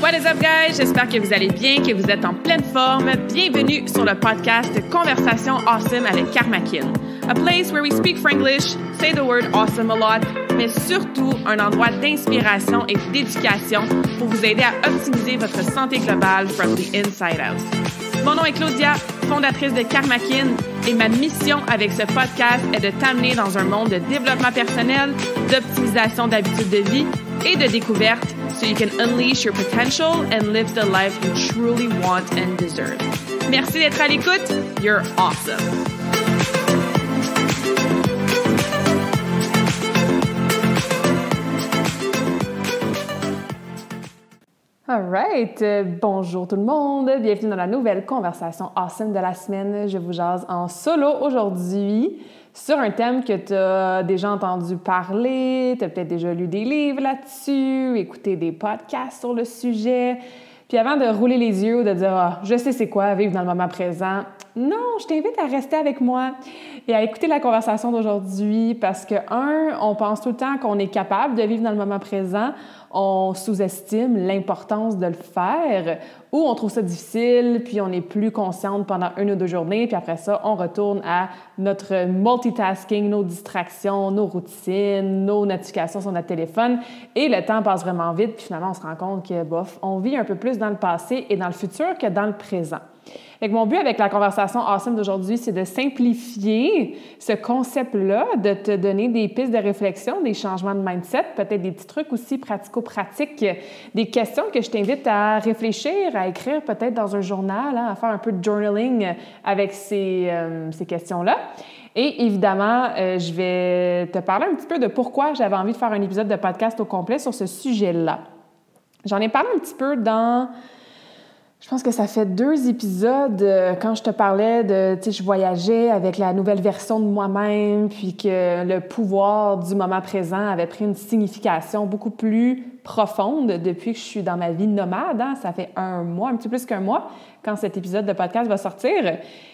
What is up, guys? J'espère que vous allez bien, que vous êtes en pleine forme. Bienvenue sur le podcast Conversation Awesome avec Karmakin. A place where we speak Franglish, say the word awesome a lot, mais surtout un endroit d'inspiration et d'éducation pour vous aider à optimiser votre santé globale from the inside out. Mon nom est Claudia, fondatrice de Karmakin, et ma mission avec ce podcast est de t'amener dans un monde de développement personnel, d'optimisation d'habitudes de vie et de découverte so you can unleash your potential and live the life you truly want and deserve. Merci d'être à l'écoute. You're awesome. Alright, bonjour tout le monde, bienvenue dans la nouvelle conversation awesome de la semaine. Je vous jase en solo aujourd'hui sur un thème que tu as déjà entendu parler, tu as peut-être déjà lu des livres là-dessus, écouté des podcasts sur le sujet. Puis avant de rouler les yeux ou de dire « Ah, je sais c'est quoi, vivre dans le moment présent », non, je t'invite à rester avec moi et à écouter la conversation d'aujourd'hui parce que, on pense tout le temps qu'on est capable de vivre dans le moment présent, on sous-estime l'importance de le faire ou on trouve ça difficile, puis on est plus consciente pendant 1 ou 2 journées, puis après ça, on retourne à notre multitasking, nos distractions, nos routines, nos notifications sur notre téléphone et le temps passe vraiment vite, puis finalement, on se rend compte que, bof, on vit un peu plus dans le passé et dans le futur que dans le présent. Fait que mon but avec la conversation awesome d'aujourd'hui, c'est de simplifier ce concept-là, de te donner des pistes de réflexion, des changements de mindset, peut-être des petits trucs aussi pratico-pratiques, des questions que je t'invite à réfléchir, à écrire peut-être dans un journal, à faire un peu de journaling avec ces questions-là. Et évidemment, je vais te parler un petit peu de pourquoi j'avais envie de faire un épisode de podcast au complet sur ce sujet-là. J'en ai parlé un petit peu dans... Je pense que ça fait 2 épisodes quand je te parlais de, tu sais, je voyageais avec la nouvelle version de moi-même, puis que le pouvoir du moment présent avait pris une signification beaucoup plus profonde depuis que je suis dans ma vie nomade. Hein? Ça fait 1 mois, un petit peu plus qu'1 mois, quand cet épisode de podcast va sortir.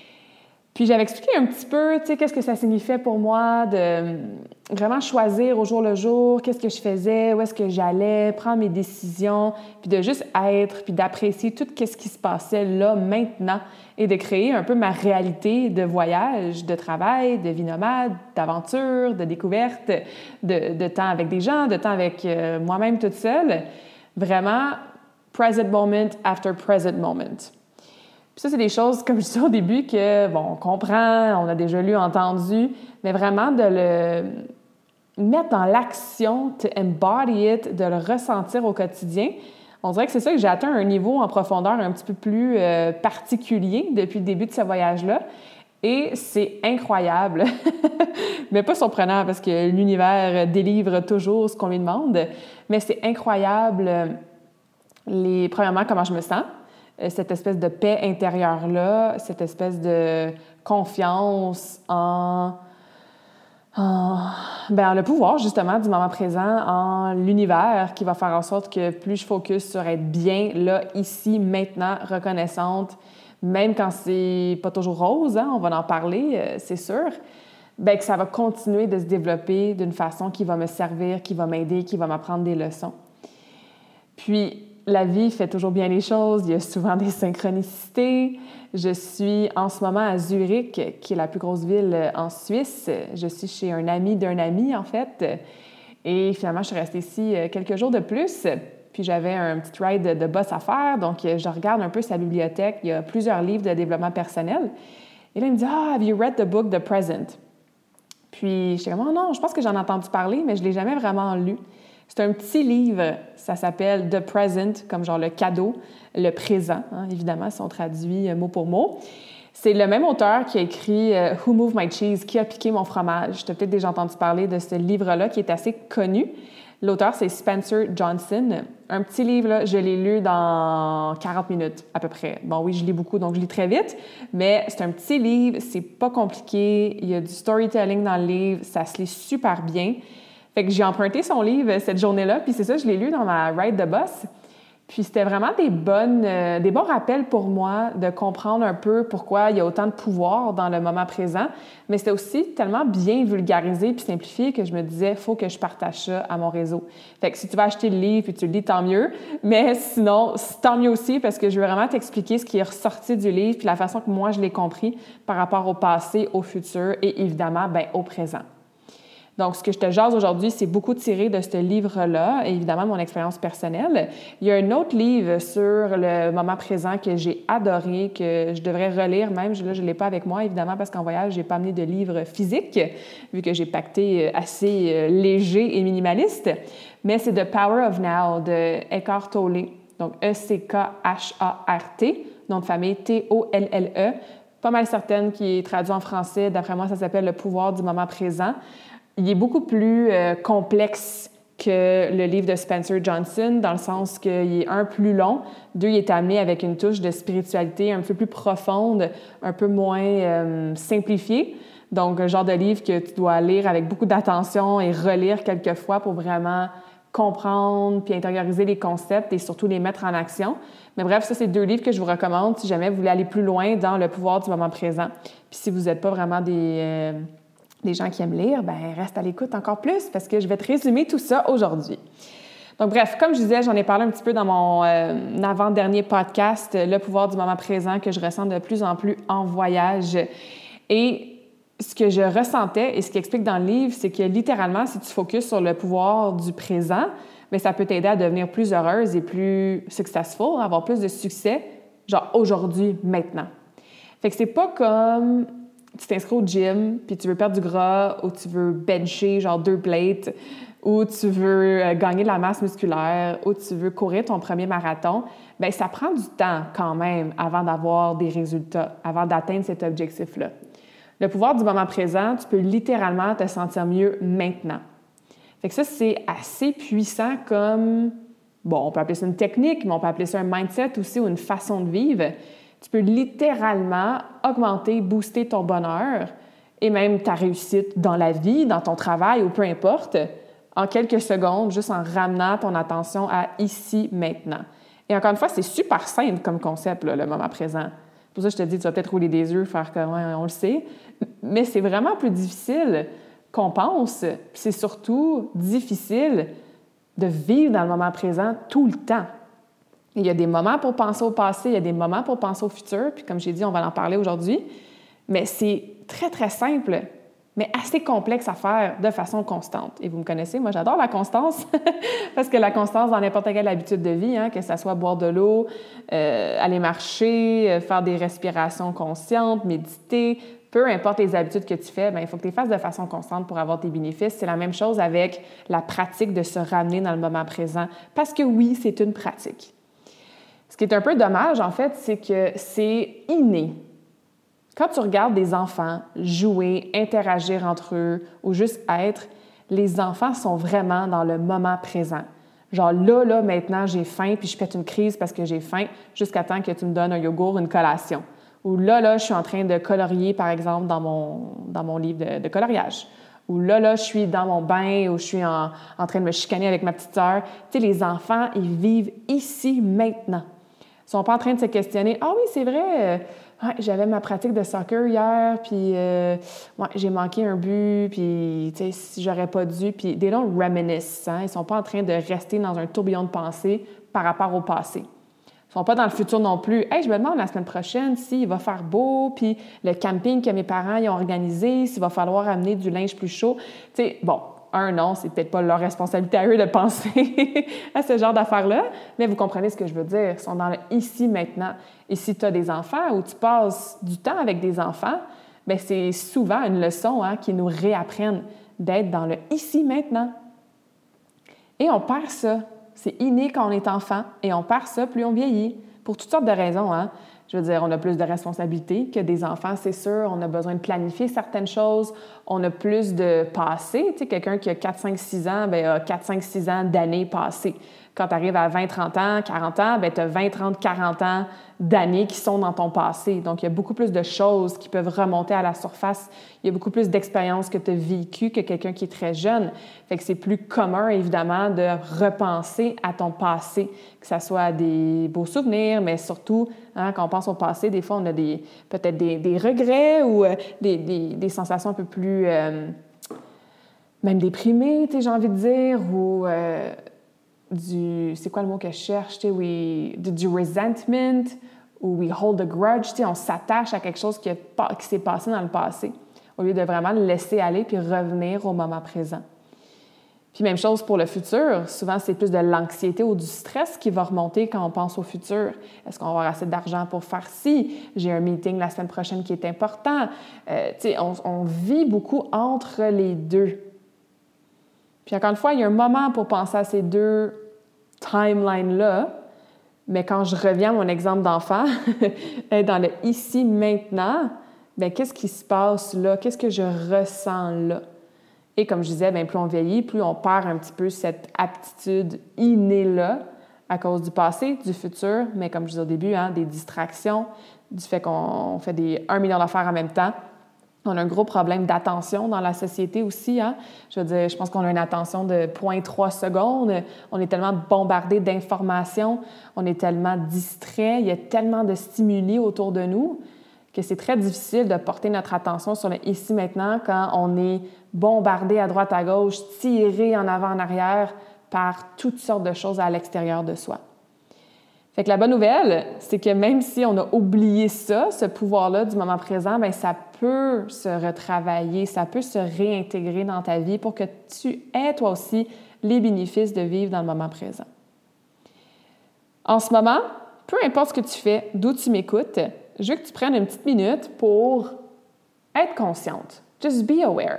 Puis j'avais expliqué un petit peu, tu sais, qu'est-ce que ça signifiait pour moi de vraiment choisir au jour le jour, qu'est-ce que je faisais, où est-ce que j'allais, prendre mes décisions, puis de juste être, puis d'apprécier tout ce qui se passait là, maintenant, et de créer un peu ma réalité de voyage, de travail, de vie nomade, d'aventure, de découverte, de temps avec des gens, de temps avec moi-même toute seule. Vraiment, present moment after present moment. Puis ça, c'est des choses, comme je disais au début, que, bon, on comprend, on a déjà lu, entendu, mais vraiment de le mettre dans l'action, to embody it, de le ressentir au quotidien. On dirait que c'est ça que j'ai atteint un niveau en profondeur un petit peu plus particulier depuis le début de ce voyage-là. Et c'est incroyable, mais pas surprenant parce que l'univers délivre toujours ce qu'on lui demande, mais c'est incroyable, premièrement, comment je me sens. Cette espèce de paix intérieure-là, cette espèce de confiance en le pouvoir, justement, du moment présent, en l'univers qui va faire en sorte que plus je focus sur être bien, là, ici, maintenant, reconnaissante, même quand c'est pas toujours rose, hein, on va en parler, c'est sûr, bien que ça va continuer de se développer d'une façon qui va me servir, qui va m'aider, qui va m'apprendre des leçons. Puis, la vie fait toujours bien les choses. Il y a souvent des synchronicités. Je suis en ce moment à Zurich, qui est la plus grosse ville en Suisse. Je suis chez un ami d'un ami, en fait. Et finalement, je suis restée ici quelques jours de plus. Puis j'avais un petit ride de bus à faire. Donc, je regarde un peu sa bibliothèque. Il y a plusieurs livres de développement personnel. Et là, il me dit « Ah, have you read the book The Present? » Puis, j'étais comme « Oh non, je pense que j'en ai entendu parler, mais je ne l'ai jamais vraiment lu. » C'est un petit livre, ça s'appelle « The Present », comme genre le cadeau, le présent, hein, évidemment, si on traduit mot pour mot. C'est le même auteur qui a écrit « Who Moved My Cheese », qui a piqué mon fromage. Tu as peut-être déjà entendu parler de ce livre-là qui est assez connu. L'auteur, c'est Spencer Johnson. Un petit livre, là, je l'ai lu dans 40 minutes à peu près. Bon, oui, je lis beaucoup, donc je lis très vite, mais c'est un petit livre, c'est pas compliqué, il y a du storytelling dans le livre, ça se lit super bien. Fait que j'ai emprunté son livre cette journée-là, puis c'est ça, je l'ai lu dans ma ride de bus. Puis c'était vraiment des bons rappels pour moi de comprendre un peu pourquoi il y a autant de pouvoir dans le moment présent. Mais c'était aussi tellement bien vulgarisé puis simplifié que je me disais, il faut que je partage ça à mon réseau. Fait que si tu vas acheter le livre et tu le lis, tant mieux. Mais sinon, tant mieux aussi parce que je veux vraiment t'expliquer ce qui est ressorti du livre puis la façon que moi je l'ai compris par rapport au passé, au futur et évidemment, au présent. Donc, ce que je te jase aujourd'hui, c'est beaucoup tiré de ce livre-là, et évidemment, mon expérience personnelle. Il y a un autre livre sur le moment présent que j'ai adoré, que je devrais relire même. Là, je ne l'ai pas avec moi, évidemment, parce qu'en voyage, je n'ai pas amené de livre physique, vu que j'ai pacté assez léger et minimaliste. Mais c'est The Power of Now de Eckhart Tolle. Donc, E-C-K-H-A-R-T, nom de famille T-O-L-L-E. Pas mal certaine qui est traduit en français. D'après moi, ça s'appelle Le pouvoir du moment présent. Il est beaucoup plus complexe que le livre de Spencer Johnson, dans le sens qu'il est plus long, il est amené avec une touche de spiritualité un peu plus profonde, un peu moins simplifiée. Donc, un genre de livre que tu dois lire avec beaucoup d'attention et relire quelques fois pour vraiment comprendre puis intérioriser les concepts et surtout les mettre en action. Mais bref, ça, c'est 2 livres que je vous recommande si jamais vous voulez aller plus loin dans le pouvoir du moment présent. Puis si vous n'êtes pas vraiment des gens qui aiment lire, reste à l'écoute encore plus parce que je vais te résumer tout ça aujourd'hui. Donc bref, comme je disais, j'en ai parlé un petit peu dans mon avant-dernier podcast, le pouvoir du moment présent que je ressens de plus en plus en voyage. Et ce que je ressentais et ce qui explique dans le livre, c'est que littéralement, si tu focuses sur le pouvoir du présent, ça peut t'aider à devenir plus heureuse et plus successful, avoir plus de succès, genre aujourd'hui, maintenant. Fait que c'est pas comme tu t'inscris au gym, puis tu veux perdre du gras, ou tu veux bencher genre 2 plates, ou tu veux gagner de la masse musculaire, ou tu veux courir ton premier marathon, ça prend du temps quand même avant d'avoir des résultats, avant d'atteindre cet objectif-là. Le pouvoir du moment présent, tu peux littéralement te sentir mieux maintenant. Fait que ça, c'est assez puissant comme, on peut appeler ça une technique, mais on peut appeler ça un mindset aussi ou une façon de vivre. Tu peux littéralement augmenter, booster ton bonheur et même ta réussite dans la vie, dans ton travail ou peu importe, en quelques secondes, juste en ramenant ton attention à ici, maintenant. Et encore une fois, c'est super simple comme concept, là, le moment présent. Pour ça, je te dis, tu vas peut-être rouler des yeux, faire comme on le sait, mais c'est vraiment plus difficile qu'on pense. C'est surtout difficile de vivre dans le moment présent tout le temps. Il y a des moments pour penser au passé, il y a des moments pour penser au futur, puis comme j'ai dit, on va en parler aujourd'hui. Mais c'est très, très simple, mais assez complexe à faire de façon constante. Et vous me connaissez, moi, j'adore la constance, parce que la constance dans n'importe quelle habitude de vie, que ce soit boire de l'eau, aller marcher, faire des respirations conscientes, méditer, peu importe les habitudes que tu fais, il faut que tu les fasses de façon constante pour avoir tes bénéfices. C'est la même chose avec la pratique de se ramener dans le moment présent, parce que oui, c'est une pratique. Ce qui est un peu dommage, en fait, c'est que c'est inné. Quand tu regardes des enfants jouer, interagir entre eux ou juste être, les enfants sont vraiment dans le moment présent. Genre là, maintenant, j'ai faim puis je pète une crise parce que j'ai faim jusqu'à temps que tu me donnes un yogourt, une collation. Ou là, je suis en train de colorier, par exemple, dans mon livre de coloriage. Ou là, je suis dans mon bain ou je suis en train de me chicaner avec ma petite sœur. Tu sais, les enfants, ils vivent ici, maintenant. Ils sont pas en train de se questionner « Ah oui, c'est vrai, j'avais ma pratique de soccer hier, puis j'ai manqué un but, puis tu sais, si j'aurais pas dû... » Puis they don't reminisce, Ils sont pas en train de rester dans un tourbillon de pensée par rapport au passé. Ils sont pas dans le futur non plus. « Hey, je me demande la semaine prochaine s'il va faire beau, puis le camping que mes parents y ont organisé, s'il va falloir amener du linge plus chaud. » Tu sais, non, c'est peut-être pas leur responsabilité à eux de penser à ce genre d'affaires-là, mais vous comprenez ce que je veux dire. Ils sont dans le ici, maintenant. Et si tu as des enfants ou tu passes du temps avec des enfants, c'est souvent une leçon qui nous réapprennent d'être dans le ici, maintenant. Et on perd ça. C'est inné quand on est enfant et on perd ça plus on vieillit. Pour toutes sortes de raisons. Je veux dire, on a plus de responsabilités que des enfants, c'est sûr. On a besoin de planifier certaines choses. On a plus de passé. Tu sais, quelqu'un qui a 4, 5, 6 ans, bien, a 4, 5, 6 ans d'années passées. Quand tu arrives à 20, 30 ans, 40 ans, bien, tu as 20, 30, 40 ans d'années qui sont dans ton passé. Donc, il y a beaucoup plus de choses qui peuvent remonter à la surface. Il y a beaucoup plus d'expériences que tu as vécues que quelqu'un qui est très jeune. Fait que c'est plus commun, évidemment, de repenser à ton passé, que ce soit des beaux souvenirs, mais surtout, hein, quand on pense au passé, des fois, on a peut-être des regrets ou des sensations un peu plus, même déprimées, j'ai envie de dire, ou c'est quoi le mot que je cherche, du resentment, ou we hold a grudge, on s'attache à quelque chose qui s'est passé dans le passé, au lieu de vraiment le laisser aller puis revenir au moment présent. Puis même chose pour le futur. Souvent, c'est plus de l'anxiété ou du stress qui va remonter quand on pense au futur. Est-ce qu'on va avoir assez d'argent pour faire ci? J'ai un meeting la semaine prochaine qui est important. On vit beaucoup entre les deux. Puis encore une fois, il y a un moment pour penser à ces deux timelines-là. Mais quand je reviens à mon exemple d'enfant, dans le ici, maintenant, bien, qu'est-ce qui se passe là? Qu'est-ce que je ressens là? Et comme je disais, bien, plus on vieillit, plus on perd un petit peu cette aptitude innée-là à cause du passé, du futur, mais comme je disais au début, hein, des distractions, du fait qu'on fait des 1 million d'affaires en même temps. On a un gros problème d'attention dans la société aussi. Hein? Je veux dire, je pense qu'on a une attention de 0,3 secondes. On est tellement bombardé d'informations, on est tellement distrait, il y a tellement de stimuli autour de nous que c'est très difficile de porter notre attention sur le ici maintenant quand on est bombardé à droite à gauche, tiré en avant en arrière par toutes sortes de choses à l'extérieur de soi. Fait que la bonne nouvelle, c'est que même si on a oublié ça, ce pouvoir-là du moment présent, bien, ça peut se retravailler, ça peut se réintégrer dans ta vie pour que tu aies toi aussi les bénéfices de vivre dans le moment présent. En ce moment, peu importe ce que tu fais, d'où tu m'écoutes, je veux que tu prennes une petite minute pour être consciente. Just be aware.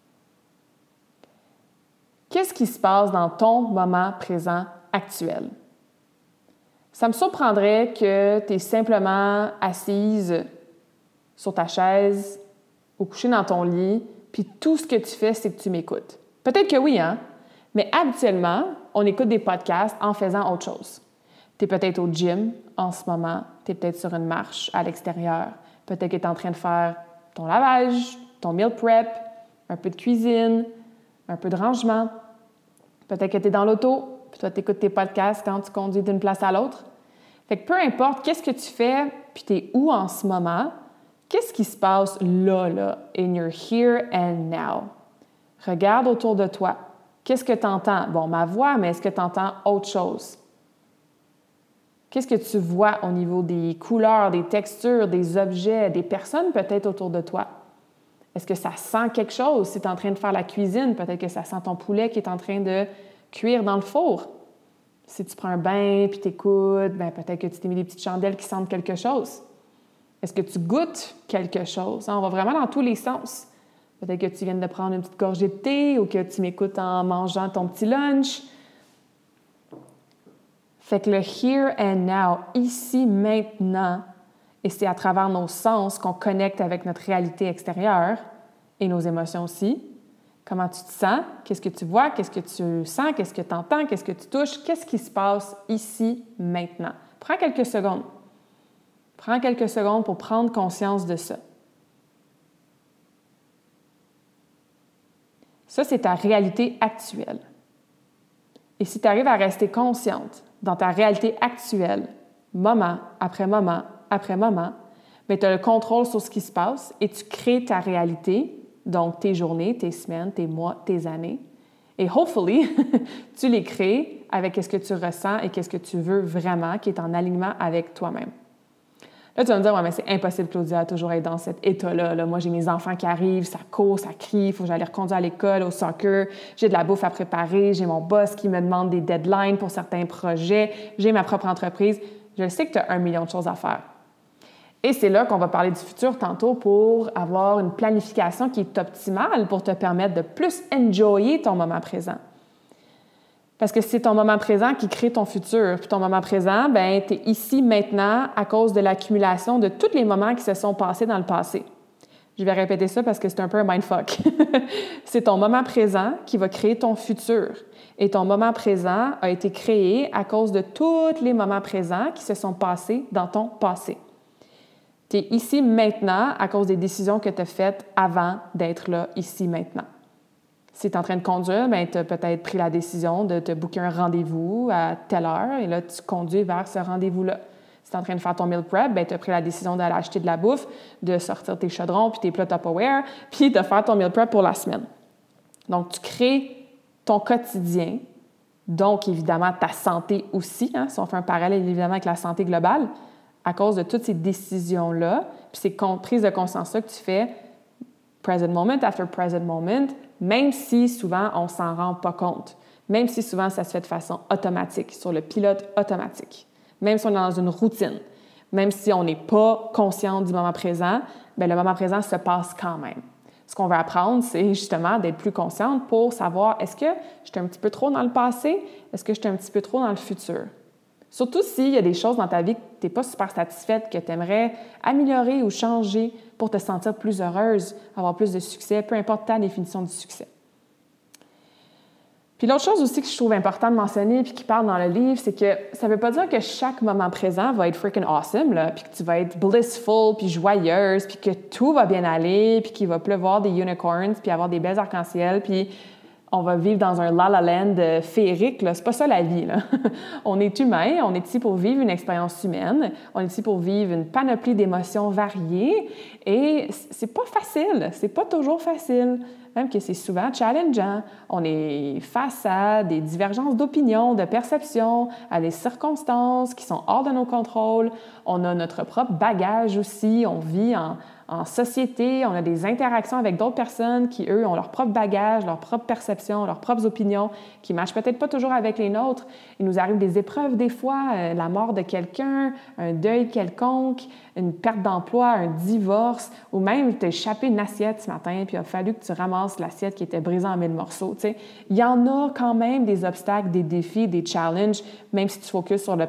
Qu'est-ce qui se passe dans ton moment présent actuel? Ça me surprendrait que tu es simplement assise sur ta chaise ou couchée dans ton lit, puis tout ce que tu fais, c'est que tu m'écoutes. Peut-être que oui, hein? Mais habituellement, on écoute des podcasts en faisant autre chose. Tu es peut-être au gym en ce moment, tu es peut-être sur une marche à l'extérieur, peut-être que tu es en train de faire ton lavage, ton meal prep, un peu de cuisine, un peu de rangement. Peut-être que tu es dans l'auto, puis toi, tu écoutes tes podcasts quand tu conduis d'une place à l'autre. Fait que peu importe qu'est-ce que tu fais, puis tu es où en ce moment, qu'est-ce qui se passe là, in your here and now? Regarde autour de toi. Qu'est-ce que tu entends? Bon, ma voix, mais est-ce que tu entends autre chose? Qu'est-ce que tu vois au niveau des couleurs, des textures, des objets, des personnes peut-être autour de toi? Est-ce que ça sent quelque chose? Si tu es en train de faire la cuisine, peut-être que ça sent ton poulet qui est en train de cuire dans le four. Si tu prends un bain puis t'écoutes, bien, peut-être que tu t'es mis des petites chandelles qui sentent quelque chose. Est-ce que tu goûtes quelque chose? On va vraiment dans tous les sens. Peut-être que tu viens de prendre une petite gorgée de thé ou que tu m'écoutes en mangeant ton petit lunch. Fait que le here and now, ici, maintenant, et c'est à travers nos sens qu'on connecte avec notre réalité extérieure et nos émotions aussi. Comment tu te sens? Qu'est-ce que tu vois? Qu'est-ce que tu sens? Qu'est-ce que tu entends? Qu'est-ce que tu touches? Qu'est-ce qui se passe ici, maintenant? Prends quelques secondes. Prends quelques secondes pour prendre conscience de ça. Ça, c'est ta réalité actuelle. Et si tu arrives à rester consciente dans ta réalité actuelle, moment après moment après moment, bien, tu as le contrôle sur ce qui se passe et tu crées ta réalité, donc tes journées, tes semaines, tes mois, tes années. Et hopefully, tu les crées avec ce que tu ressens et ce que tu veux vraiment, qui est en alignement avec toi-même. Là, tu vas me dire, ouais, mais c'est impossible, Claudia, toujours être dans cet état-là. Là. Moi, j'ai mes enfants qui arrivent, ça court, ça crie, il faut que j'aille les reconduire à l'école, au soccer, j'ai de la bouffe à préparer, j'ai mon boss qui me demande des deadlines pour certains projets, j'ai ma propre entreprise. Je sais que tu as 1 million de choses à faire. Et c'est là qu'on va parler du futur tantôt pour avoir une planification qui est optimale pour te permettre de plus enjoyer ton moment présent. Parce que c'est ton moment présent qui crée ton futur. Puis ton moment présent, ben, tu es ici maintenant à cause de l'accumulation de tous les moments qui se sont passés dans le passé. Je vais répéter ça parce que c'est un peu un mindfuck. C'est ton moment présent qui va créer ton futur. Et ton moment présent a été créé à cause de tous les moments présents qui se sont passés dans ton passé. Tu es ici maintenant à cause des décisions que tu as faites avant d'être là, ici, maintenant. Si tu es en train de conduire, ben, tu as peut-être pris la décision de te booker un rendez-vous à telle heure et là, tu conduis vers ce rendez-vous-là. Si tu es en train de faire ton meal prep, ben, tu as pris la décision d'aller acheter de la bouffe, de sortir tes chaudrons puis tes plats Tupperware, puis de faire ton meal prep pour la semaine. Donc, tu crées ton quotidien, donc évidemment ta santé aussi, hein, si on fait un parallèle évidemment avec la santé globale, à cause de toutes ces décisions-là, puis ces prises de conscience-là que tu fais present moment after present moment, même si souvent on ne s'en rend pas compte, même si souvent ça se fait de façon automatique, sur le pilote automatique, même si on est dans une routine, même si on n'est pas conscient du moment présent, bien, le moment présent se passe quand même. Ce qu'on veut apprendre, c'est justement d'être plus consciente pour savoir est-ce que j'étais un petit peu trop dans le passé, est-ce que j'étais un petit peu trop dans le futur. Surtout s'il y a des choses dans ta vie que tu n'es pas super satisfaite, que tu aimerais améliorer ou changer pour te sentir plus heureuse, avoir plus de succès, peu importe ta définition du succès. Puis l'autre chose aussi que je trouve important de mentionner puis qui parle dans le livre, c'est que ça ne veut pas dire que chaque moment présent va être freaking awesome, là, puis que tu vas être blissful puis joyeuse, puis que tout va bien aller, puis qu'il va pleuvoir des unicorns, puis avoir des belles arcs-en-ciel, puis on va vivre dans un la-la land féerique. Là. C'est pas ça la vie. Là. On est humain, on est ici pour vivre une expérience humaine, on est ici pour vivre une panoplie d'émotions variées et c'est pas facile, c'est pas toujours facile, même que c'est souvent challengeant. On est face à des divergences d'opinion, de perception, à des circonstances qui sont hors de nos contrôles. On a notre propre bagage aussi, on vit en société, on a des interactions avec d'autres personnes qui, eux, ont leur propre bagage, leur propre perception, leurs propres opinions, qui ne matchent peut-être pas toujours avec les nôtres. Il nous arrive des épreuves des fois, la mort de quelqu'un, un deuil quelconque, une perte d'emploi, un divorce, ou même t'as échappé une assiette ce matin, puis il a fallu que tu ramasses l'assiette qui était brisée en 1000 morceaux. T'sais. Il y en a quand même des obstacles, des défis, des challenges, même si tu focuses sur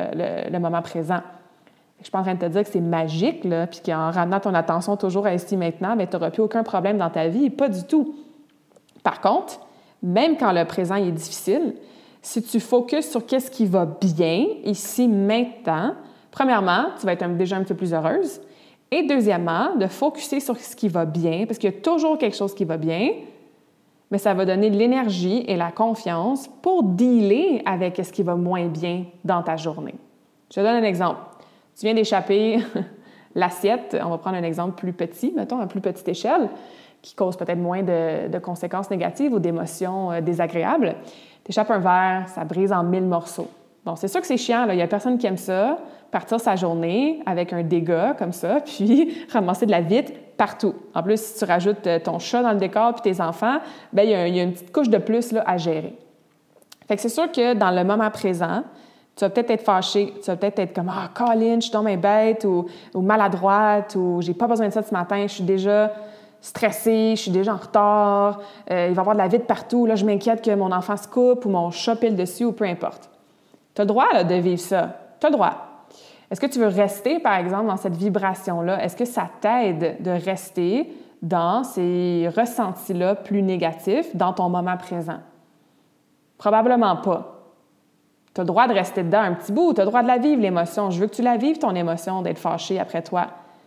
le moment présent. Je ne suis pas en train de te dire que c'est magique, là, puis qu'en ramenant ton attention toujours à ici maintenant, tu n'auras plus aucun problème dans ta vie. Pas du tout. Par contre, même quand le présent est difficile, si tu focuses sur qu'est-ce qui va bien ici maintenant, premièrement, tu vas être déjà un petit peu plus heureuse. Et deuxièmement, de focuser sur ce qui va bien, parce qu'il y a toujours quelque chose qui va bien, mais ça va donner l'énergie et la confiance pour dealer avec ce qui va moins bien dans ta journée. Je te donne un exemple. Tu viens d'échapper l'assiette, on va prendre un exemple plus petit, mettons, à plus petite échelle, qui cause peut-être moins de conséquences négatives ou d'émotions désagréables. Tu échappes un verre, ça brise en 1000 morceaux. Bon, c'est sûr que c'est chiant, là. Il n'y a personne qui aime ça, partir sa journée avec un dégât comme ça, puis ramasser de la vitre partout. En plus, si tu rajoutes ton chat dans le décor puis tes enfants, bien, il y a une petite couche de plus là, à gérer. Fait que c'est sûr que dans le moment présent, tu vas peut-être être fâché, tu vas peut-être être comme « Ah, Colin, je suis tombée bête » ou maladroite ou « J'ai pas besoin de ça ce matin, je suis déjà stressée, je suis déjà en retard, il va y avoir de la vitre partout, là, je m'inquiète que mon enfant se coupe ou mon chat pile dessus ou peu importe. » Tu as le droit là, de vivre ça. Tu as le droit. Est-ce que tu veux rester, par exemple, dans cette vibration-là? Est-ce que ça t'aide de rester dans ces ressentis-là plus négatifs dans ton moment présent? Probablement pas. Tu as le droit de rester dedans un petit bout, tu as le droit de la vivre, l'émotion. Je veux que tu la vives, ton émotion, d'être fâché après toi.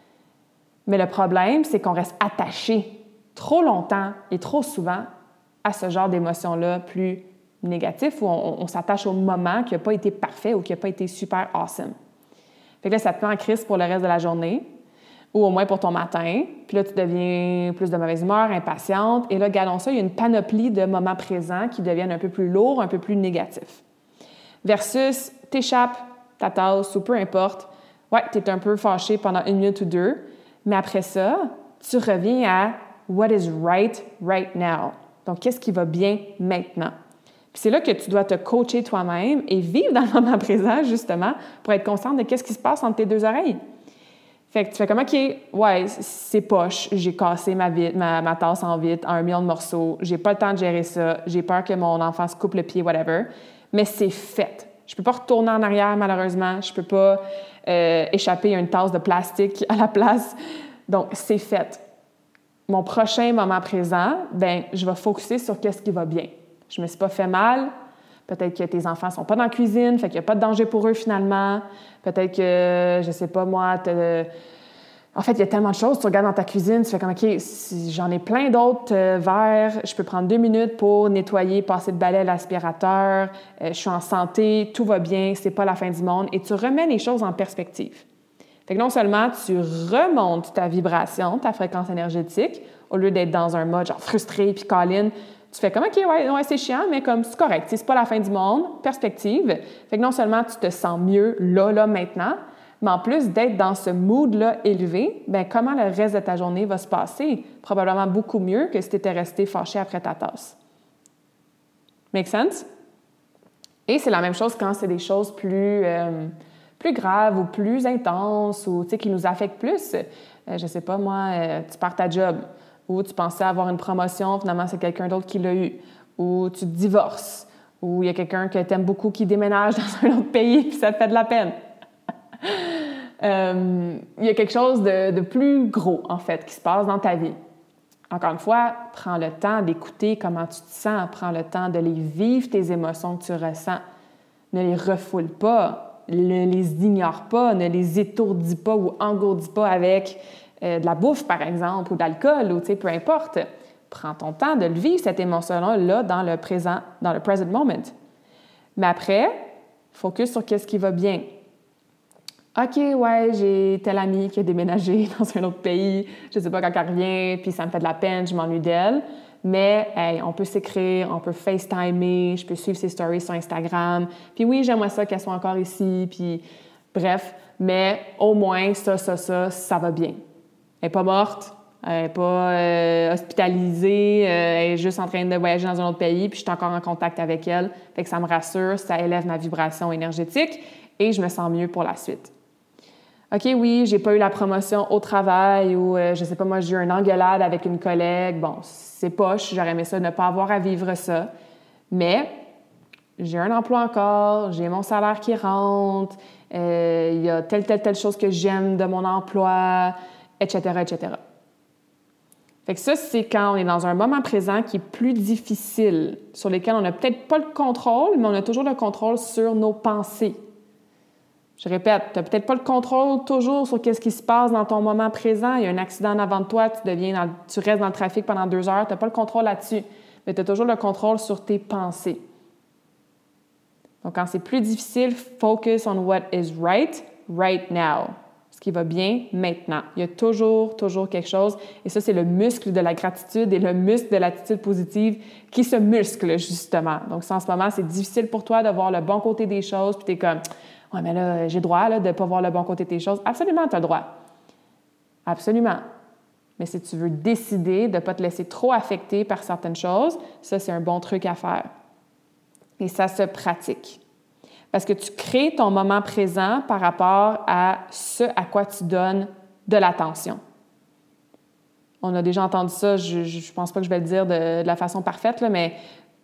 Mais le problème, c'est qu'on reste attaché trop longtemps et trop souvent à ce genre d'émotion-là plus négatif, où on s'attache au moment qui n'a pas été parfait ou qui n'a pas été super awesome. Fait que là, ça te met en crise pour le reste de la journée, ou au moins pour ton matin. Puis là, tu deviens plus de mauvaise humeur, impatiente. Et là, regardons ça, il y a une panoplie de moments présents qui deviennent un peu plus lourds, un peu plus négatifs. Versus, t'échappes ta tasse ou peu importe. Ouais, t'es un peu fâché pendant 1 minute ou 2, mais après ça, tu reviens à « what is right now ». Donc, qu'est-ce qui va bien maintenant? Puis c'est là que tu dois te coacher toi-même et vivre dans le moment présent, justement, pour être consciente de qu'est-ce qui se passe entre tes deux oreilles. Fait que tu fais comme, OK, ouais, c'est poche, j'ai cassé ma tasse en vitre en 1 million de morceaux, j'ai pas le temps de gérer ça, j'ai peur que mon enfant se coupe le pied, whatever, mais c'est fait. Je peux pas retourner en arrière, malheureusement, je peux pas échapper à une tasse de plastique à la place, donc c'est fait. Mon prochain moment présent, ben je vais focuser sur qu'est-ce qui va bien. Je me suis pas fait mal. Peut-être que tes enfants sont pas dans la cuisine, fait qu'il n'y a pas de danger pour eux finalement. Peut-être que, je sais pas moi, en fait, il y a tellement de choses. Tu regardes dans ta cuisine, tu fais comme, OK, si j'en ai plein d'autres verres, je peux prendre 2 minutes pour nettoyer, passer le balai à l'aspirateur, je suis en santé, tout va bien, c'est pas la fin du monde. Et tu remets les choses en perspective. Fait que non seulement tu remontes ta vibration, ta fréquence énergétique, au lieu d'être dans un mode genre frustré puis câline, tu fais comme, OK, ouais, c'est chiant, mais comme c'est correct, c'est pas la fin du monde, perspective. Fait que non seulement tu te sens mieux là, maintenant, mais en plus d'être dans ce mood-là élevé, bien, comment le reste de ta journée va se passer? Probablement beaucoup mieux que si tu étais resté fâché après ta tasse. Make sense? Et c'est la même chose quand c'est des choses plus graves ou plus intenses ou qui nous affectent plus. Je sais pas, moi, tu perds ta job ou tu pensais avoir une promotion, finalement, c'est quelqu'un d'autre qui l'a eu, ou tu te divorces, ou il y a quelqu'un que tu aimes beaucoup qui déménage dans un autre pays puis ça te fait de la peine. Il y a quelque chose de plus gros, en fait, qui se passe dans ta vie. Encore une fois, prends le temps d'écouter comment tu te sens, prends le temps de les vivre, tes émotions que tu ressens. Ne les refoule pas, ne les ignore pas, ne les étourdis pas ou engourdis pas avec de la bouffe, par exemple, ou de l'alcool, ou peu importe. Prends ton temps de le vivre, cette émotion-là, dans le présent moment. Mais après, focus sur qu'est-ce qui va bien. OK, ouais, j'ai tel ami qui a déménagé dans un autre pays, je sais pas quand elle revient, puis ça me fait de la peine, je m'ennuie d'elle. Mais, hey, on peut s'écrire, on peut FaceTimer, je peux suivre ses stories sur Instagram. Puis oui, j'aimerais ça qu'elle soit encore ici, puis bref. Mais au moins, ça va bien. Elle n'est pas morte, elle n'est pas hospitalisée, elle est juste en train de voyager dans un autre pays, puis je suis encore en contact avec elle. Fait que ça me rassure, ça élève ma vibration énergétique et je me sens mieux pour la suite. OK, oui, j'ai pas eu la promotion au travail ou, je sais pas, moi, j'ai eu une engueulade avec une collègue. Bon, c'est poche, j'aurais aimé ça, ne pas avoir à vivre ça. Mais j'ai un emploi encore, j'ai mon salaire qui rentre, il y a telle chose que j'aime de mon emploi, etc., etc. Fait que ça, c'est quand on est dans un moment présent qui est plus difficile, sur lequel on n'a peut-être pas le contrôle, mais on a toujours le contrôle sur nos pensées. Je répète, tu n'as peut-être pas le contrôle toujours sur ce qui se passe dans ton moment présent. Il y a un accident en avant de toi, tu restes dans le trafic pendant 2 heures, tu n'as pas le contrôle là-dessus, mais tu as toujours le contrôle sur tes pensées. Donc, quand c'est plus difficile, focus on what is right now. Ce qui va bien maintenant. Il y a toujours quelque chose. Et ça, c'est le muscle de la gratitude et le muscle de l'attitude positive qui se muscle, justement. Donc, si en ce moment, c'est difficile pour toi de voir le bon côté des choses, puis tu es comme... Ouais, mais là, j'ai le droit de ne pas voir le bon côté des choses. Absolument, tu as le droit. Absolument. Mais si tu veux décider de ne pas te laisser trop affecter par certaines choses, ça, c'est un bon truc à faire. Et ça se pratique. Parce que tu crées ton moment présent par rapport à ce à quoi tu donnes de l'attention. On a déjà entendu ça, je ne pense pas que je vais le dire de la façon parfaite, là, mais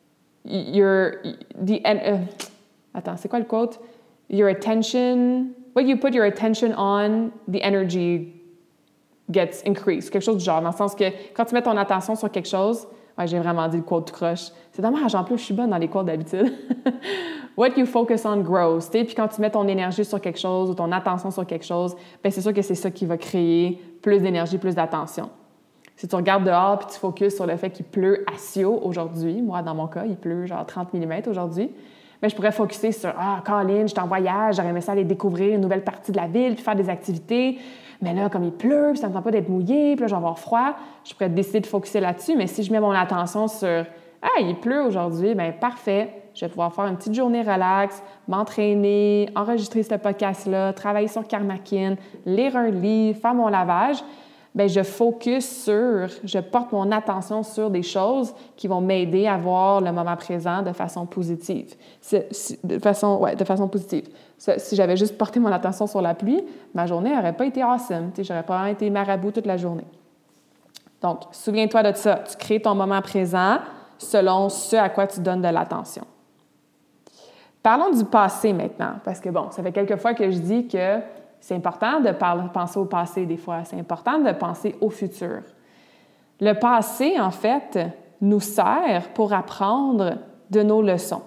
attends, c'est quoi le quote? What you put your attention on, the energy gets increased. Quelque chose du genre, dans le sens que quand tu mets ton attention sur quelque chose, ouais, j'ai vraiment dit le quote tout croche. C'est dommage, en plus, je suis bonne dans les quotes d'habitude. What you focus on grows. Puis quand tu mets ton énergie sur quelque chose ou ton attention sur quelque chose, bien, c'est sûr que c'est ça qui va créer plus d'énergie, plus d'attention. Si tu regardes dehors puis tu focuses sur le fait qu'il pleut à Sio aujourd'hui, moi, dans mon cas, il pleut genre 30 mm aujourd'hui, mais je pourrais focuser sur « Ah, Colin, je suis en voyage, j'aurais aimé ça aller découvrir une nouvelle partie de la ville puis faire des activités. Mais là, comme il pleut, puis ça ne me tente pas d'être mouillé, puis là, je vais avoir froid. » Je pourrais décider de focuser là-dessus. Mais si je mets mon attention sur « Ah, il pleut aujourd'hui, bien parfait. Je vais pouvoir faire une petite journée relax, m'entraîner, enregistrer ce podcast-là, travailler sur Karmakin, lire un livre, faire mon lavage. » bien, je porte mon attention sur des choses qui vont m'aider à voir le moment présent de façon positive. De façon positive. Si j'avais juste porté mon attention sur la pluie, ma journée n'aurait pas été awesome. J'aurais pas été marabout toute la journée. Donc, souviens-toi de ça. Tu crées ton moment présent selon ce à quoi tu donnes de l'attention. Parlons du passé maintenant, parce que ça fait quelques fois que je dis que c'est important de penser au passé des fois. C'est important de penser au futur. Le passé, en fait, nous sert pour apprendre de nos leçons.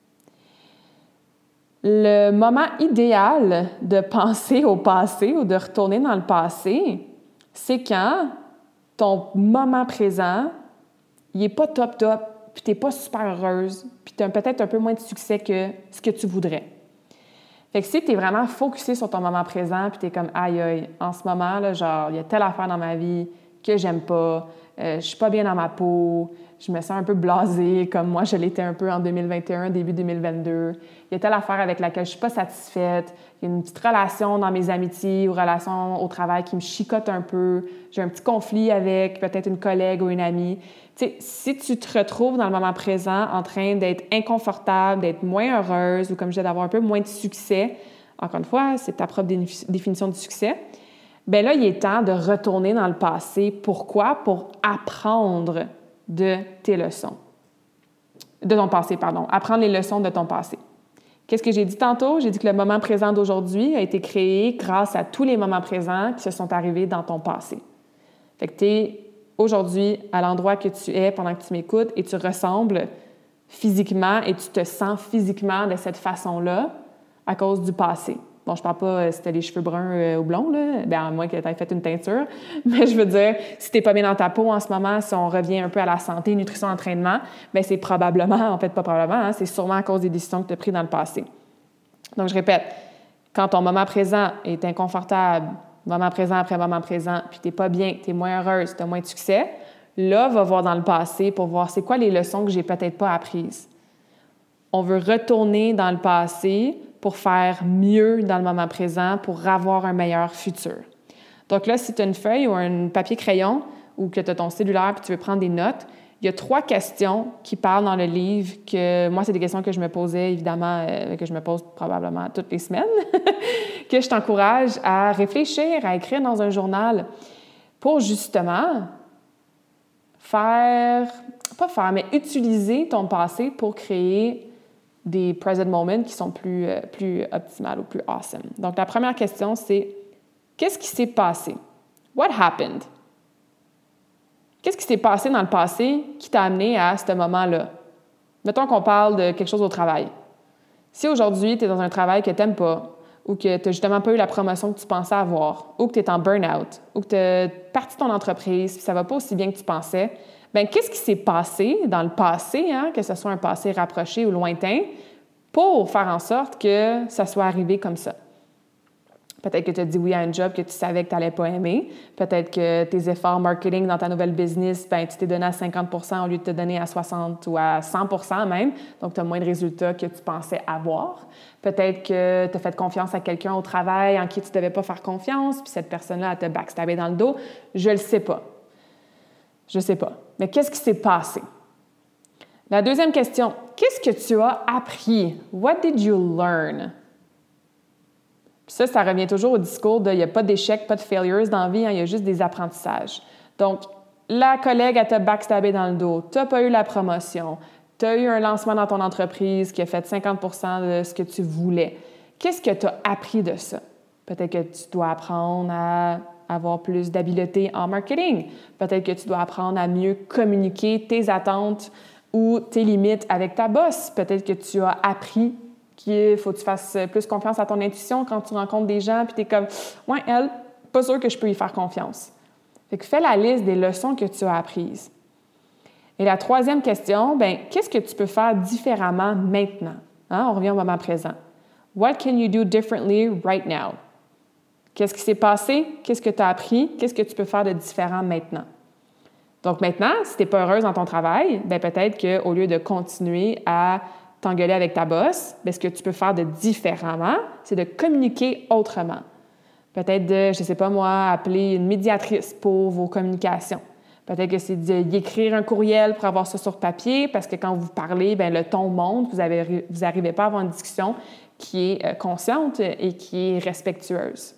Le moment idéal de penser au passé ou de retourner dans le passé, c'est quand ton moment présent, il n'est pas top, puis tu n'es pas super heureuse, puis tu as peut-être un peu moins de succès que ce que tu voudrais. Fait que si tu es vraiment focusé sur ton moment présent, puis tu es comme « aïe, en ce moment, là, genre, il y a telle affaire dans ma vie que j'aime pas, je suis pas bien dans ma peau, je me sens un peu blasée, comme moi, je l'étais un peu en 2021, début 2022. Il y a telle affaire avec laquelle je suis pas satisfaite. Il y a une petite relation dans mes amitiés ou relation au travail qui me chicote un peu. J'ai un petit conflit avec peut-être une collègue ou une amie. » Tu sais, si tu te retrouves dans le moment présent en train d'être inconfortable, d'être moins heureuse ou, comme je disais, d'avoir un peu moins de succès, encore une fois, c'est ta propre définition du succès, bien là, il est temps de retourner dans le passé. Pourquoi? Pour apprendre de tes leçons. De ton passé, pardon. Apprendre les leçons de ton passé. Qu'est-ce que j'ai dit tantôt? J'ai dit que le moment présent d'aujourd'hui a été créé grâce à tous les moments présents qui se sont arrivés dans ton passé. Fait que tu es aujourd'hui à l'endroit que tu es pendant que tu m'écoutes et tu ressembles physiquement et tu te sens physiquement de cette façon-là à cause du passé. Bon, je parle pas si tu as les cheveux bruns ou blonds, là, bien, à moins que tu aies fait une teinture, mais je veux dire, si tu n'es pas bien dans ta peau en ce moment, si on revient un peu à la santé, nutrition, entraînement, bien, c'est probablement, en fait, pas probablement, hein, c'est sûrement à cause des décisions que tu as prises dans le passé. Donc, je répète, quand ton moment présent est inconfortable, moment présent après moment présent, puis tu n'es pas bien, tu es moins heureuse, tu as moins de succès, là, va voir dans le passé pour voir c'est quoi les leçons que j'ai peut-être pas apprises. On veut retourner dans le passé pour faire mieux dans le moment présent, pour avoir un meilleur futur. Donc là, si tu as une feuille ou un papier-crayon ou que tu as ton cellulaire et tu veux prendre des notes, il y a 3 questions qui parlent dans le livre que moi, c'est des questions que je me posais, évidemment, que je me pose probablement toutes les semaines, que je t'encourage à réfléchir, à écrire dans un journal pour justement utiliser ton passé pour créer des present moments qui sont plus optimales ou plus awesome. Donc, la première question, c'est qu'est-ce qui s'est passé? What happened? Qu'est-ce qui s'est passé dans le passé qui t'a amené à ce moment-là? Mettons qu'on parle de quelque chose au travail. Si aujourd'hui, tu es dans un travail que tu n'aimes pas, ou que tu n'as justement pas eu la promotion que tu pensais avoir, ou que tu es en burn-out, ou que tu as parti ton entreprise et ça ne va pas aussi bien que tu pensais, bien, qu'est-ce qui s'est passé dans le passé, hein, que ce soit un passé rapproché ou lointain, pour faire en sorte que ça soit arrivé comme ça? Peut-être que tu as dit oui à un job que tu savais que tu n'allais pas aimer. Peut-être que tes efforts marketing dans ta nouvelle business, bien, tu t'es donné à 50 % au lieu de te donner à 60 ou à 100 % même. Donc, tu as moins de résultats que tu pensais avoir. Peut-être que tu as fait confiance à quelqu'un au travail en qui tu ne devais pas faire confiance, puis cette personne-là, elle t'a backstabé dans le dos. Je le sais pas. Je sais pas. Mais qu'est-ce qui s'est passé? La deuxième question, qu'est-ce que tu as appris? What did you learn? Puis ça revient toujours au discours de « il n'y a pas d'échecs, pas de failures dans la vie, hein, il y a juste des apprentissages ». Donc, la collègue, elle t'a backstabé dans le dos, tu n'as pas eu la promotion, tu as eu un lancement dans ton entreprise qui a fait 50 % de ce que tu voulais. Qu'est-ce que tu as appris de ça? Peut-être que tu dois apprendre à avoir plus d'habileté en marketing. Peut-être que tu dois apprendre à mieux communiquer tes attentes ou tes limites avec ta boss. Peut-être que tu as appris qu'il faut que tu fasses plus confiance à ton intuition quand tu rencontres des gens puis tu es comme « ouais, elle, pas sûr que je peux y faire confiance ». Fait que fais la liste des leçons que tu as apprises. Et la troisième question, bien, qu'est-ce que tu peux faire différemment maintenant? Hein? On revient au moment présent. What can you do differently right now? Qu'est-ce qui s'est passé? Qu'est-ce que tu as appris? Qu'est-ce que tu peux faire de différent maintenant? Donc maintenant, si tu n'es pas heureuse dans ton travail, bien peut-être qu'au lieu de continuer à t'engueuler avec ta boss, bien, ce que tu peux faire de différemment, c'est de communiquer autrement. Peut-être de, je ne sais pas moi, appeler une médiatrice pour vos communications. Peut-être que c'est d'écrire un courriel pour avoir ça sur papier, parce que quand vous parlez, bien, le ton monte, vous n'arrivez pas à avoir une discussion qui est consciente et qui est respectueuse.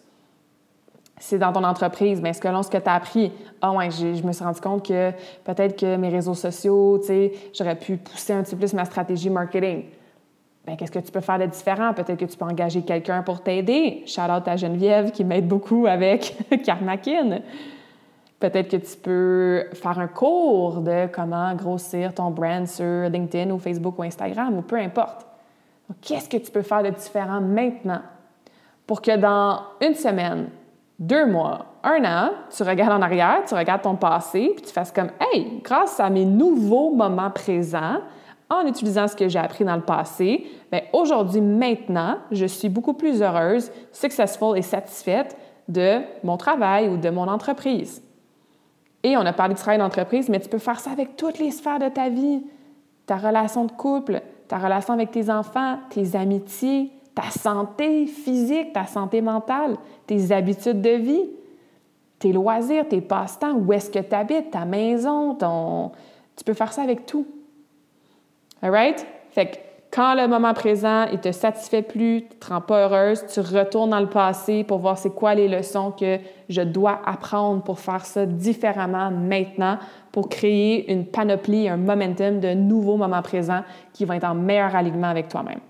C'est dans ton entreprise, mais selon ce que tu as appris, je me suis rendu compte que peut-être que mes réseaux sociaux, tu sais, j'aurais pu pousser un petit peu plus ma stratégie marketing. Bien, qu'est-ce que tu peux faire de différent? Peut-être que tu peux engager quelqu'un pour t'aider. Shout-out à Geneviève qui m'aide beaucoup avec Karmakin. Peut-être que tu peux faire un cours de comment grossir ton brand sur LinkedIn ou Facebook ou Instagram ou peu importe. Donc, qu'est-ce que tu peux faire de différent maintenant pour que dans une semaine, 2 mois, 1 an, tu regardes en arrière, tu regardes ton passé, puis tu fasses comme « Hey, grâce à mes nouveaux moments présents, en utilisant ce que j'ai appris dans le passé, bien, aujourd'hui, maintenant, je suis beaucoup plus heureuse, successful et satisfaite de mon travail ou de mon entreprise. » Et on a parlé du travail d'entreprise, mais tu peux faire ça avec toutes les sphères de ta vie. Ta relation de couple, ta relation avec tes enfants, tes amitiés, ta santé physique, ta santé mentale, tes habitudes de vie, tes loisirs, tes passe-temps, où est-ce que tu habites, ta maison, Tu peux faire ça avec tout. All right? Fait que quand le moment présent, il te satisfait plus, tu ne te rends pas heureuse, tu retournes dans le passé pour voir c'est quoi les leçons que je dois apprendre pour faire ça différemment maintenant, pour créer une panoplie, un momentum de nouveaux moments présents qui vont être en meilleur alignement avec toi-même.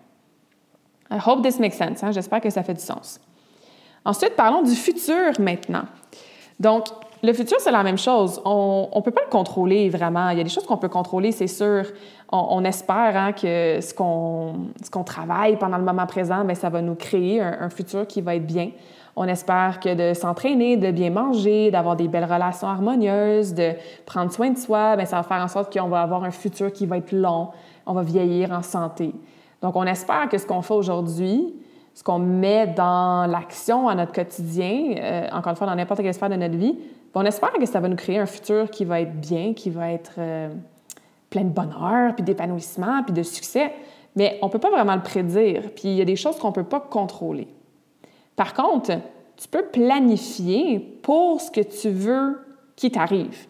I hope this makes sense. Hein? J'espère que ça fait du sens. Ensuite, parlons du futur maintenant. Donc, le futur, c'est la même chose. On ne peut pas le contrôler vraiment. Il y a des choses qu'on peut contrôler, c'est sûr. On espère que ce qu'on travaille pendant le moment présent, bien, ça va nous créer un futur qui va être bien. On espère que de s'entraîner, de bien manger, d'avoir des belles relations harmonieuses, de prendre soin de soi, bien, ça va faire en sorte qu'on va avoir un futur qui va être long. On va vieillir en santé. Donc, on espère que ce qu'on fait aujourd'hui, ce qu'on met dans l'action à notre quotidien, encore une fois, dans n'importe quelle sphère de notre vie, on espère que ça va nous créer un futur qui va être bien, qui va être plein de bonheur, puis d'épanouissement, puis de succès. Mais on ne peut pas vraiment le prédire. Puis il y a des choses qu'on ne peut pas contrôler. Par contre, tu peux planifier pour ce que tu veux qui t'arrive.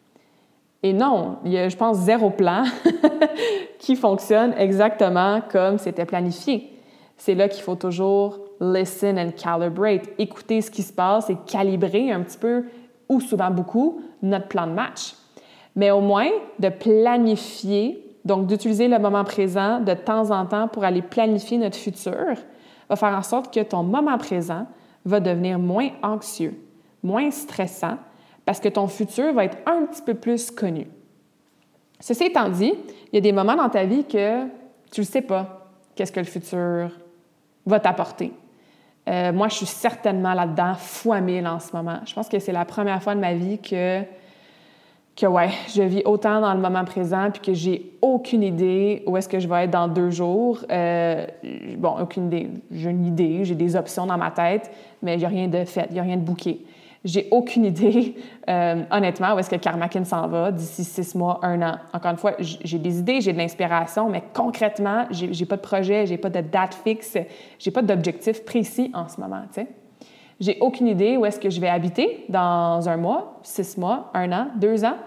Et non, il y a, je pense, 0 plan qui fonctionne exactement comme c'était planifié. C'est là qu'il faut toujours listen and calibrate, écouter ce qui se passe et calibrer un petit peu, ou souvent beaucoup, notre plan de match. Mais au moins, de planifier, donc d'utiliser le moment présent de temps en temps pour aller planifier notre futur, va faire en sorte que ton moment présent va devenir moins anxieux, moins stressant, parce que ton futur va être un petit peu plus connu. Ceci étant dit, il y a des moments dans ta vie que tu ne sais pas qu'est-ce que le futur va t'apporter. Moi, je suis certainement là-dedans, fois 1000 en ce moment. Je pense que c'est la première fois de ma vie que je vis autant dans le moment présent puis que j'ai aucune idée où est-ce que je vais être dans 2 jours. Aucune idée. J'ai une idée, j'ai des options dans ma tête, mais il n'y a rien de fait, il n'y a rien de booké. J'ai aucune idée, honnêtement, où est-ce que Karmakin s'en va d'ici 6 mois, 1 an. Encore une fois, j'ai des idées, j'ai de l'inspiration, mais concrètement, j'ai pas de projet, j'ai pas de date fixe, j'ai pas d'objectif précis en ce moment, tu sais. J'ai aucune idée où est-ce que je vais habiter dans 1 mois, 6 mois, 1 an, 2 ans.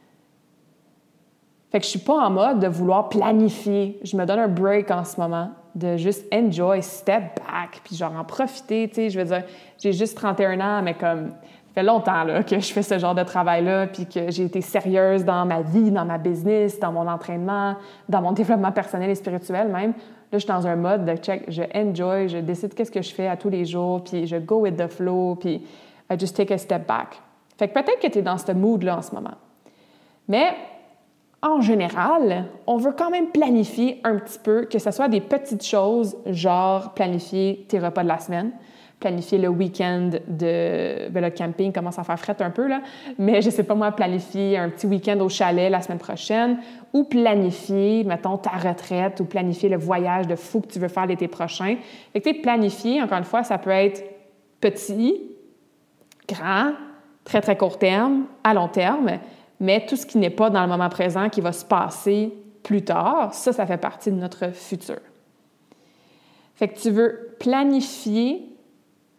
Fait que je suis pas en mode de vouloir planifier. Je me donne un break en ce moment, de juste enjoy, step back, puis genre en profiter, tu sais. Je veux dire, j'ai juste 31 ans, mais comme, ça fait longtemps là, que je fais ce genre de travail-là, puis que j'ai été sérieuse dans ma vie, dans ma business, dans mon entraînement, dans mon développement personnel et spirituel même. Là, je suis dans un mode de check, je enjoy, je décide qu'est-ce que je fais à tous les jours, puis je go with the flow, puis I just take a step back. Fait que peut-être que tu es dans ce mood-là en ce moment. Mais en général, on veut quand même planifier un petit peu, que ce soit des petites choses, genre planifier tes repas de la semaine, planifier le week-end le camping commence à faire fret un peu, là, mais je sais pas moi, planifier un petit week-end au chalet la semaine prochaine, ou planifier, mettons, ta retraite, ou planifier le voyage de fou que tu veux faire l'été prochain. Fait que planifier, encore une fois, ça peut être petit, grand, très, très court terme, à long terme, mais tout ce qui n'est pas dans le moment présent, qui va se passer plus tard, ça fait partie de notre futur. Fait que tu veux planifier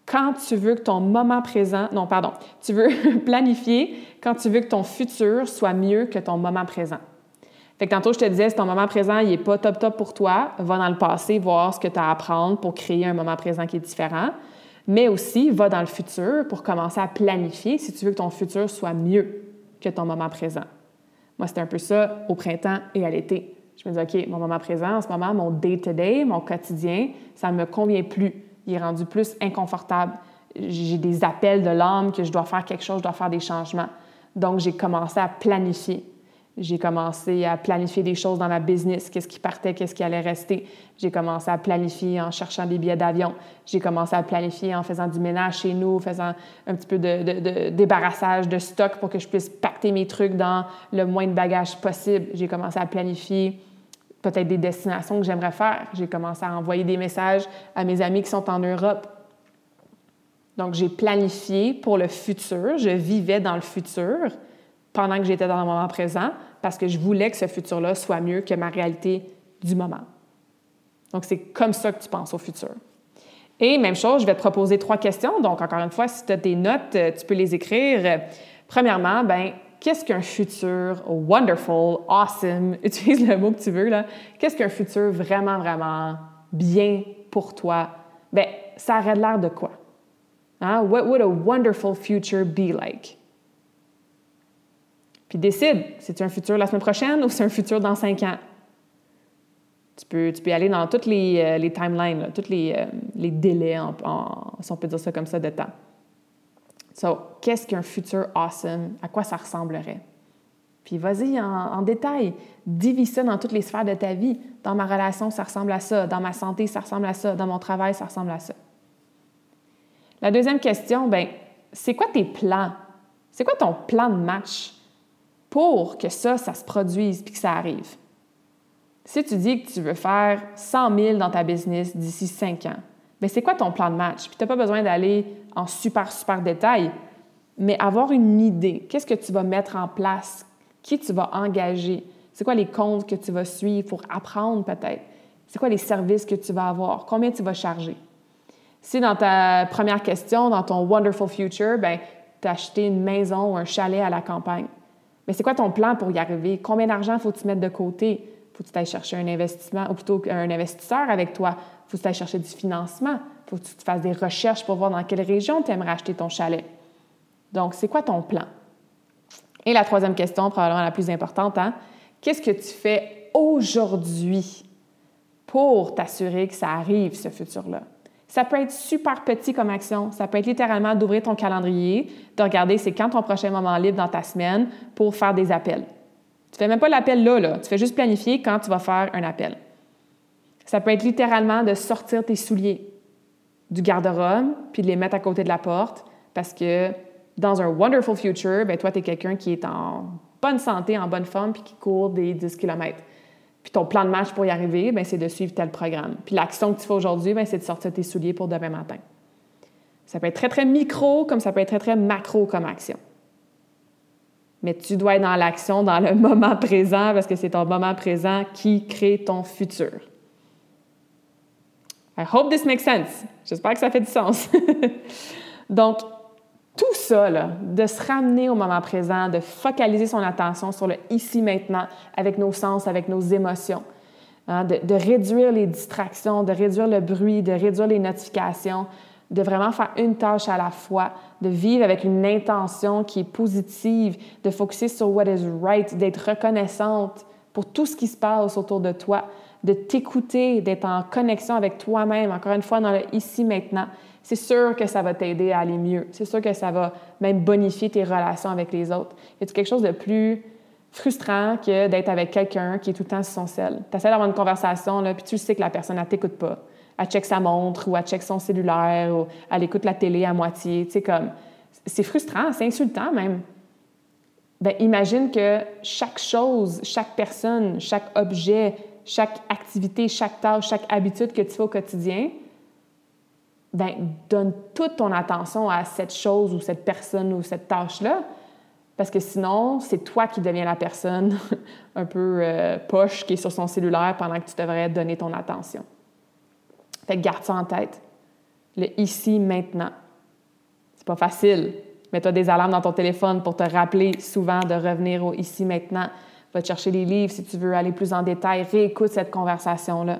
quand tu veux que ton moment présent... Non, pardon. Tu veux planifier quand tu veux que ton futur soit mieux que ton moment présent. Fait que tantôt, je te disais, si ton moment présent il n'est pas top pour toi, va dans le passé voir ce que tu as à apprendre pour créer un moment présent qui est différent. Mais aussi, va dans le futur pour commencer à planifier si tu veux que ton futur soit mieux que ton moment présent. Moi, c'était un peu ça au printemps et à l'été. Je me dis, OK, mon moment présent, en ce moment, mon day-to-day, mon quotidien, ça ne me convient plus. Il est rendu plus inconfortable. J'ai des appels de l'âme que je dois faire quelque chose, je dois faire des changements. Donc, j'ai commencé à planifier. J'ai commencé à planifier des choses dans ma business, qu'est-ce qui partait, qu'est-ce qui allait rester. J'ai commencé à planifier en cherchant des billets d'avion. J'ai commencé à planifier en faisant du ménage chez nous, faisant un petit peu de débarrassage de stock pour que je puisse pacter mes trucs dans le moins de bagages possible. J'ai commencé à planifier peut-être des destinations que j'aimerais faire. J'ai commencé à envoyer des messages à mes amis qui sont en Europe. Donc, j'ai planifié pour le futur. Je vivais dans le futur pendant que j'étais dans le moment présent parce que je voulais que ce futur-là soit mieux que ma réalité du moment. Donc, c'est comme ça que tu penses au futur. Et même chose, je vais te proposer 3 questions. Donc, encore une fois, si tu as tes notes, tu peux les écrire. Premièrement, qu'est-ce qu'un futur wonderful, awesome, utilise le mot que tu veux, là. Qu'est-ce qu'un futur vraiment, vraiment bien pour toi? Ça aurait l'air de quoi? Hein? What would a wonderful future be like? Puis décide, c'est-tu un futur la semaine prochaine ou c'est un futur dans 5 ans? Tu peux y aller dans toutes les timelines, là, tous les délais, si on peut dire ça comme ça, de temps. So, qu'est-ce qu'un futur awesome? À quoi ça ressemblerait? Puis vas-y en détail. Divise ça dans toutes les sphères de ta vie. Dans ma relation, ça ressemble à ça. Dans ma santé, ça ressemble à ça. Dans mon travail, ça ressemble à ça. La deuxième question, c'est quoi tes plans? C'est quoi ton plan de match pour que ça se produise puis que ça arrive? Si tu dis que tu veux faire 100 000 dans ta business d'ici 5 ans, c'est quoi ton plan de match? Puis tu n'as pas besoin d'aller en super détail, mais avoir une idée. Qu'est-ce que tu vas mettre en place? Qui tu vas engager? C'est quoi les comptes que tu vas suivre pour apprendre peut-être? C'est quoi les services que tu vas avoir? Combien tu vas charger? Si dans ta première question, dans ton Wonderful Future, tu as acheté une maison ou un chalet à la campagne. Mais c'est quoi ton plan pour y arriver? Combien d'argent faut-tu mettre de côté? Faut que tu ailles chercher un investissement, ou plutôt un investisseur avec toi. Faut que tu ailles chercher du financement. Faut que tu fasses des recherches pour voir dans quelle région tu aimerais acheter ton chalet. Donc, c'est quoi ton plan? Et la troisième question, probablement la plus importante, qu'est-ce que tu fais aujourd'hui pour t'assurer que ça arrive, ce futur-là? Ça peut être super petit comme action. Ça peut être littéralement d'ouvrir ton calendrier, de regarder c'est quand ton prochain moment libre dans ta semaine pour faire des appels. Tu ne fais même pas l'appel là. Tu fais juste planifier quand tu vas faire un appel. Ça peut être littéralement de sortir tes souliers du garde-robe puis de les mettre à côté de la porte parce que dans un wonderful future, toi, tu es quelqu'un qui est en bonne santé, en bonne forme puis qui court des 10 km. Puis ton plan de match pour y arriver, c'est de suivre tel programme. Puis l'action que tu fais aujourd'hui, c'est de sortir tes souliers pour demain matin. Ça peut être très, très micro comme ça peut être très, très macro comme action. Mais tu dois être dans l'action, dans le moment présent, parce que c'est ton moment présent qui crée ton futur. I hope this makes sense. J'espère que ça fait du sens. Donc, tout ça, de se ramener au moment présent, de focaliser son attention sur le ici-maintenant, avec nos sens, avec nos émotions, de réduire les distractions, de réduire le bruit, de réduire les notifications, de vraiment faire une tâche à la fois, de vivre avec une intention qui est positive, de focuser sur what is right, d'être reconnaissante pour tout ce qui se passe autour de toi, de t'écouter, d'être en connexion avec toi-même, encore une fois, dans le ici-maintenant. C'est sûr que ça va t'aider à aller mieux. C'est sûr que ça va même bonifier tes relations avec les autres. Y a-t-il quelque chose de plus frustrant que d'être avec quelqu'un qui est tout le temps sur son cell? Tu essaies d'avoir une conversation, puis tu sais que la personne, elle t'écoute pas. Elle check sa montre ou elle check son cellulaire ou elle écoute la télé à moitié. Tu sais, comme, c'est frustrant, c'est insultant même. Imagine que chaque chose, chaque personne, chaque objet, chaque activité, chaque tâche, chaque habitude que tu fais au quotidien, donne toute ton attention à cette chose ou cette personne ou cette tâche-là, parce que sinon, c'est toi qui deviens la personne un peu poche qui est sur son cellulaire pendant que tu devrais donner ton attention. Fait que garde ça en tête. Le ici, maintenant. C'est pas facile. Mets-toi des alarmes dans ton téléphone pour te rappeler souvent de revenir au ici, maintenant. Va te chercher les livres si tu veux aller plus en détail. Réécoute cette conversation-là.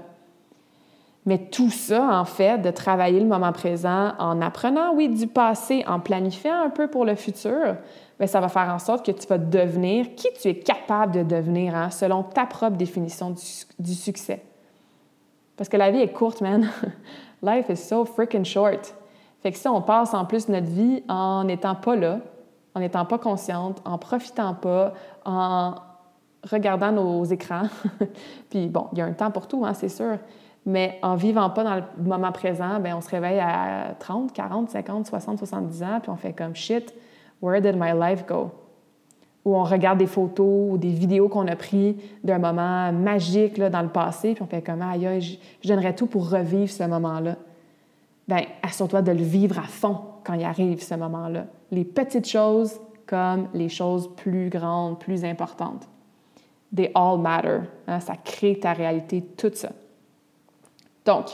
Mais tout ça, en fait, de travailler le moment présent en apprenant, oui, du passé, en planifiant un peu pour le futur, bien, ça va faire en sorte que tu vas devenir qui tu es capable de devenir, hein, selon ta propre définition du succès. Parce que la vie est courte, man. Life is so freaking short. Fait que si on passe en plus notre vie en n'étant pas là, en n'étant pas consciente, en profitant pas, en regardant nos écrans, puis bon, il y a un temps pour tout, hein, c'est sûr, mais en vivant pas dans le moment présent, bien, on se réveille à 30, 40, 50, 60, 70 ans, puis on fait comme « shit, where did my life go? » Ou on regarde des photos ou des vidéos qu'on a prises d'un moment magique là, dans le passé, puis on fait comme « aïe, je donnerais tout pour revivre ce moment-là. » Bien, assure-toi de le vivre à fond quand il arrive ce moment-là. Les petites choses comme les choses plus grandes, plus importantes. They all matter. Hein? Ça crée ta réalité, tout ça. Donc,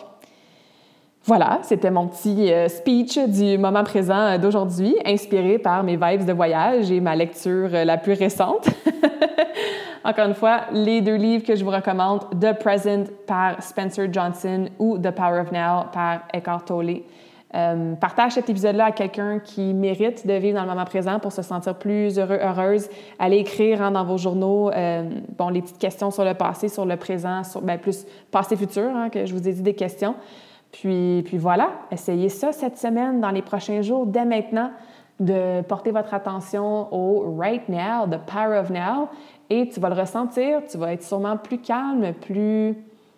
voilà, c'était mon petit speech du moment présent d'aujourd'hui, inspiré par mes vibes de voyage et ma lecture la plus récente. Encore une fois, les 2 livres que je vous recommande, The Present par Spencer Johnson ou The Power of Now par Eckhart Tolle. Partage cet épisode-là à quelqu'un qui mérite de vivre dans le moment présent pour se sentir plus heureux, heureuse. Allez écrire dans vos journaux les petites questions sur le passé, sur le présent, plus passé-futur, hein, que je vous ai dit des questions. Puis voilà, essayez ça cette semaine, dans les prochains jours, dès maintenant, de porter votre attention au right now, the power of now, et tu vas le ressentir, tu vas être sûrement plus calme, plus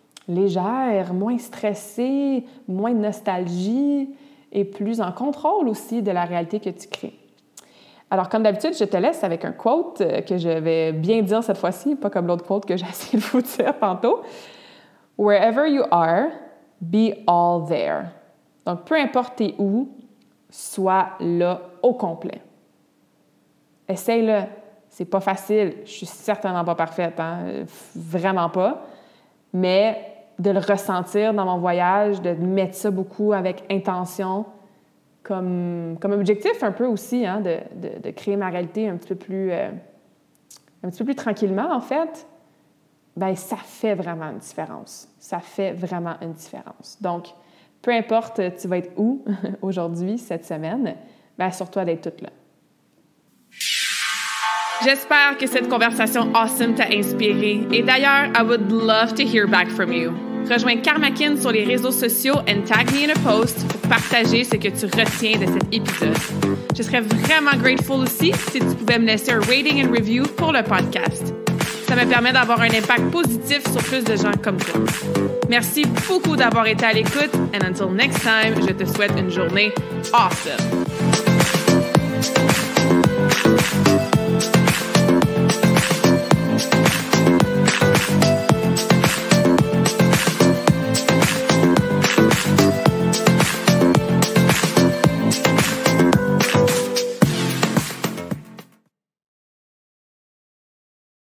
légère, moins stressée, moins de nostalgie et plus en contrôle aussi de la réalité que tu crées. Alors, comme d'habitude, je te laisse avec un quote que je vais bien dire cette fois-ci, pas comme l'autre quote que j'ai essayé de vous dire tantôt. « Wherever you are, be all there. » Donc, peu importe t'es où, sois là au complet. Essaye-le. C'est pas facile. Je suis certainement pas parfaite, hein? Vraiment pas. Mais de le ressentir dans mon voyage, de mettre ça beaucoup avec intention, comme objectif un peu aussi, hein? de créer ma réalité un petit peu plus tranquillement, en fait, bien, ça fait vraiment une différence. Ça fait vraiment une différence. Donc, peu importe tu vas être où aujourd'hui, cette semaine, bien, assure-toi d'être toute là. J'espère que cette conversation awesome t'a inspiré. Et d'ailleurs, I would love to hear back from you. Rejoins Karmakin sur les réseaux sociaux and tag me in a post pour partager ce que tu retiens de cet épisode. Je serais vraiment grateful aussi si tu pouvais me laisser un rating and review pour le podcast. Ça me permet d'avoir un impact positif sur plus de gens comme toi. Merci beaucoup d'avoir été à l'écoute and until next time, je te souhaite une journée awesome.